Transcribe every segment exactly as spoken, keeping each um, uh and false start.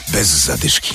Bez zadyszki.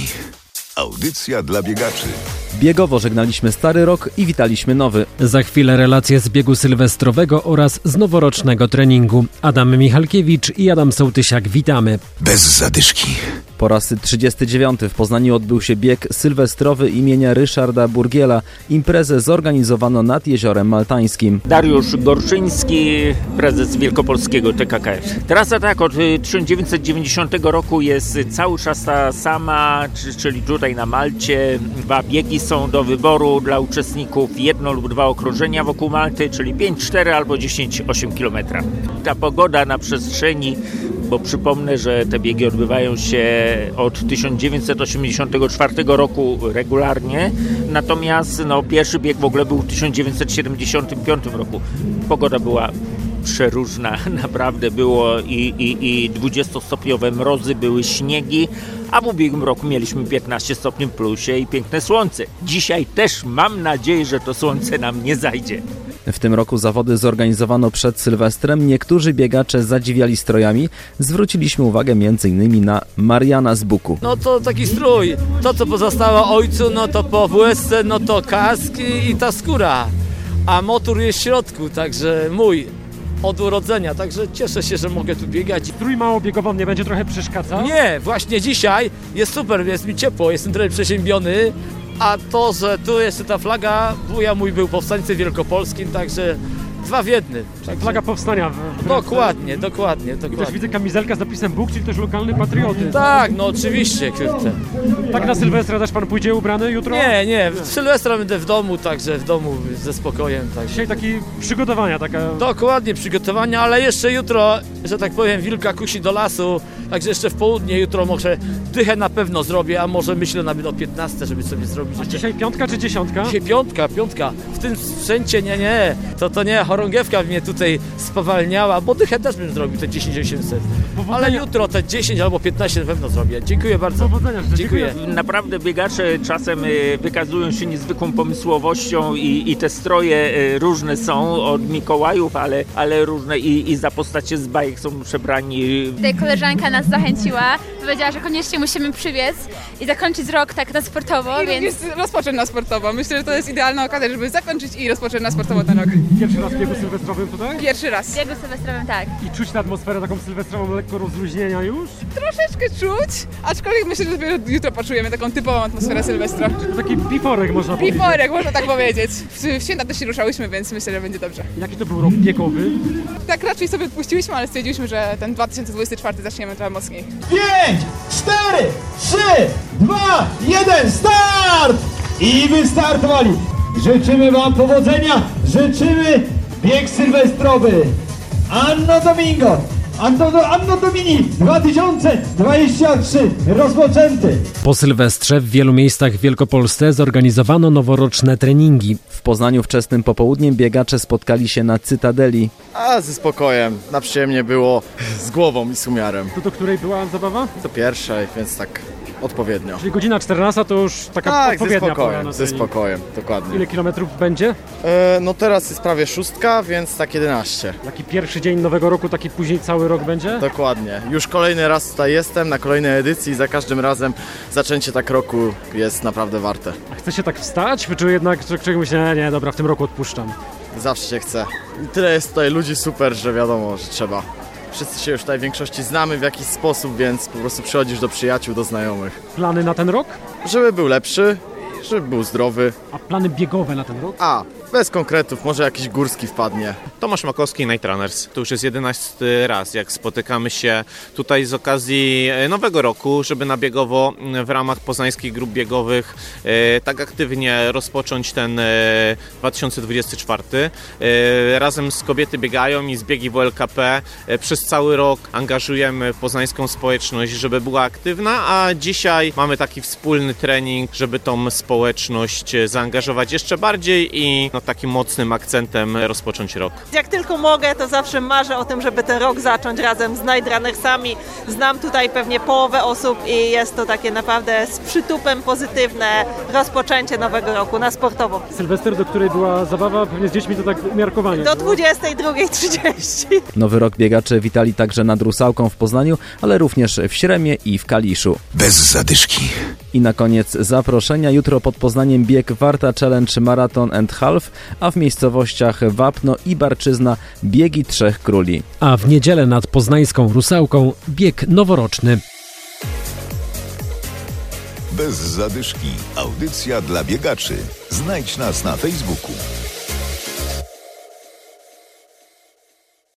Audycja dla biegaczy. Biegowo żegnaliśmy stary rok i witaliśmy nowy. Za chwilę relacje z biegu sylwestrowego oraz z noworocznego treningu. Adam Michalkiewicz i Adam Sołtysiak, witamy. Bez zadyszki. Po raz trzydziesty dziewiąty w Poznaniu odbył się bieg sylwestrowy imienia Ryszarda Burgiela. Imprezę zorganizowano nad Jeziorem Maltańskim. Dariusz Gorszyński, prezes Wielkopolskiego T K K F. Trasa tak od tysiąc dziewięćset dziewięćdziesiątego roku jest cały czas ta sama, czyli tutaj na Malcie. Dwa biegi są do wyboru dla uczestników, jedno lub dwa okrążenia wokół Malty, czyli pięć cztery albo dziesięć osiem kilometrów. Ta pogoda na przestrzeni, bo przypomnę, że te biegi odbywają się od tysiąc dziewięćset osiemdziesiątego czwartego roku regularnie, natomiast no, pierwszy bieg w ogóle był w tysiąc dziewięćset siedemdziesiątym piątym roku. Pogoda była przeróżna, naprawdę było i, i, i dwudziestostopniowe mrozy, były śniegi, a w ubiegłym roku mieliśmy piętnaście stopni w plusie i piękne słońce. Dzisiaj też mam nadzieję, że to słońce nam nie zajdzie. W tym roku zawody zorganizowano przed Sylwestrem. Niektórzy biegacze zadziwiali strojami. Zwróciliśmy uwagę m.in. na Mariana z Buku. No to taki strój. To, co pozostało ojcu, no to po W S C, no to kask i, i ta skóra. A motor jest w środku, także mój. Od urodzenia, także cieszę się, że mogę tu biegać. Strój mało biegową nie będzie trochę przeszkadzał? Nie, właśnie dzisiaj jest super, jest mi ciepło, jestem trochę przeziębiony, a to, że tu jeszcze ta flaga, wuja mój był powstańcem wielkopolskim, także dwa w jednym. Także... Flaga powstania. W, w dokładnie, dokładnie, I dokładnie. też widzę kamizelka z napisem Bóg, czyli też lokalny patriotyzm. Tak, no oczywiście, kurde. Tak na Sylwestra też pan pójdzie ubrany jutro? Nie, nie, w Sylwestra będę w domu, także w domu ze spokojem. Także. Dzisiaj takie przygotowania, taka... Dokładnie, przygotowania, ale jeszcze jutro, że tak powiem, wilka kusi do lasu, także jeszcze w południe jutro może dychę na pewno zrobię, a może myślę nawet o piętnastej, żeby sobie zrobić. A dzisiaj piątka czy dziesiątka? Dzisiaj piątka, piątka. W tym sprzęcie nie, nie, to to nie, chorągiewka mnie tutaj spowalniała, bo dychę też bym zrobił, te dziesięć osiemset. Ale jutro te dziesięć albo piętnaście na pewno zrobię. Dziękuję bardzo. Powodzenia, dziękuję. Naprawdę biegacze czasem wykazują się niezwykłą pomysłowością i, i te stroje różne są, od Mikołajów, ale, ale różne i, i za postacie z bajek są przebrani. Tutaj koleżanka nas zachęciła, powiedziała, że koniecznie musimy przybiec i zakończyć rok tak na sportowo, I więc... rozpocząć na sportowo. Myślę, że to jest idealna okazja, żeby zakończyć i rozpocząć na sportowo ten rok. Pierwszy raz w biegu sylwestrowym tutaj? Pierwszy raz. W biegu sylwestrowym tak. I czuć tę atmosferę taką sylwestrową, lekko rozluźnienia już? Troszeczkę czuć, aczkolwiek myślę, że dopiero jutro poczujemy taką typową atmosferę Sylwestra. To taki biforek można powiedzieć. Biforek, można tak powiedzieć. W, w święta też się ruszałyśmy, więc myślę, że będzie dobrze. Jaki to był rok biegowy? Tak raczej sobie odpuściłyśmy, ale stwierdziliśmy, że ten dwa tysiące dwudziesty czwarty zaczniemy trochę mocniej. pięć, cztery, trzy, dwa, jeden, start! I wystartowali. Życzymy wam powodzenia, życzymy bieg sylwestrowy. Anno Domingo, Anno, Anno Domini dwa tysiące dwudziesty trzeci rozpoczęty. Po Sylwestrze w wielu miejscach w Wielkopolsce zorganizowano noworoczne treningi. W Poznaniu wczesnym popołudniem biegacze spotkali się na Cytadeli. A ze spokojem, na przyjemnie było, z głową i z umiarem. To do której była zabawa? Do pierwszej, więc tak odpowiednio. Czyli godzina czternasta to już taka tak, odpowiednia ze spokojem, pora na ze trening. spokojem, dokładnie. Ile kilometrów będzie? E, no teraz jest prawie szóstka, więc tak jedenaście. Taki pierwszy dzień nowego roku, taki później cały rok będzie? Dokładnie. Już kolejny raz tutaj jestem, na kolejnej edycji i za każdym razem zaczęcie tak roku jest naprawdę warte. A chce się tak wstać? Czy jednak człowiek myśli, nie, nie, dobra, w tym roku odpuszczam? Zawsze się chce. I tyle jest tutaj ludzi super, że wiadomo, że trzeba. Wszyscy się już tutaj w większości znamy w jakiś sposób, więc po prostu przychodzisz do przyjaciół, do znajomych. Plany na ten rok? Żeby był lepszy, żeby był zdrowy. A plany biegowe na ten rok? A, bez konkretów, może jakiś górski wpadnie. Tomasz Makowski, Night Runners. To już jest jedenasty raz, jak spotykamy się tutaj z okazji nowego roku, żeby na biegowo w ramach poznańskich grup biegowych e, tak aktywnie rozpocząć ten e, dwa tysiące dwudziesty czwarty. E, razem z Kobiety Biegają i z Biegi W L K P e, przez cały rok angażujemy poznańską społeczność, żeby była aktywna, a dzisiaj mamy taki wspólny trening, żeby tą społeczność zaangażować jeszcze bardziej i no, takim mocnym akcentem rozpocząć rok. Jak tylko mogę, to zawsze marzę o tym, żeby ten rok zacząć razem z Night Runnersami. Znam tutaj pewnie połowę osób i jest to takie naprawdę z przytupem pozytywne rozpoczęcie nowego roku na sportowo. Sylwester, do której była zabawa, pewnie z dziećmi to tak umiarkowanie. Do dwudziestej drugiej trzydzieści. Nowy rok biegacze witali także nad Rusałką w Poznaniu, ale również w Śremie i w Kaliszu. Bez zadyszki. I na koniec zaproszenia. Jutro pod Poznaniem bieg Warta Challenge Marathon and Half, a w miejscowościach Wapno i Barczyzna biegi Trzech Króli. A w niedzielę nad poznańską Rusałką bieg noworoczny. Bez zadyszki. Audycja dla biegaczy. Znajdź nas na Facebooku.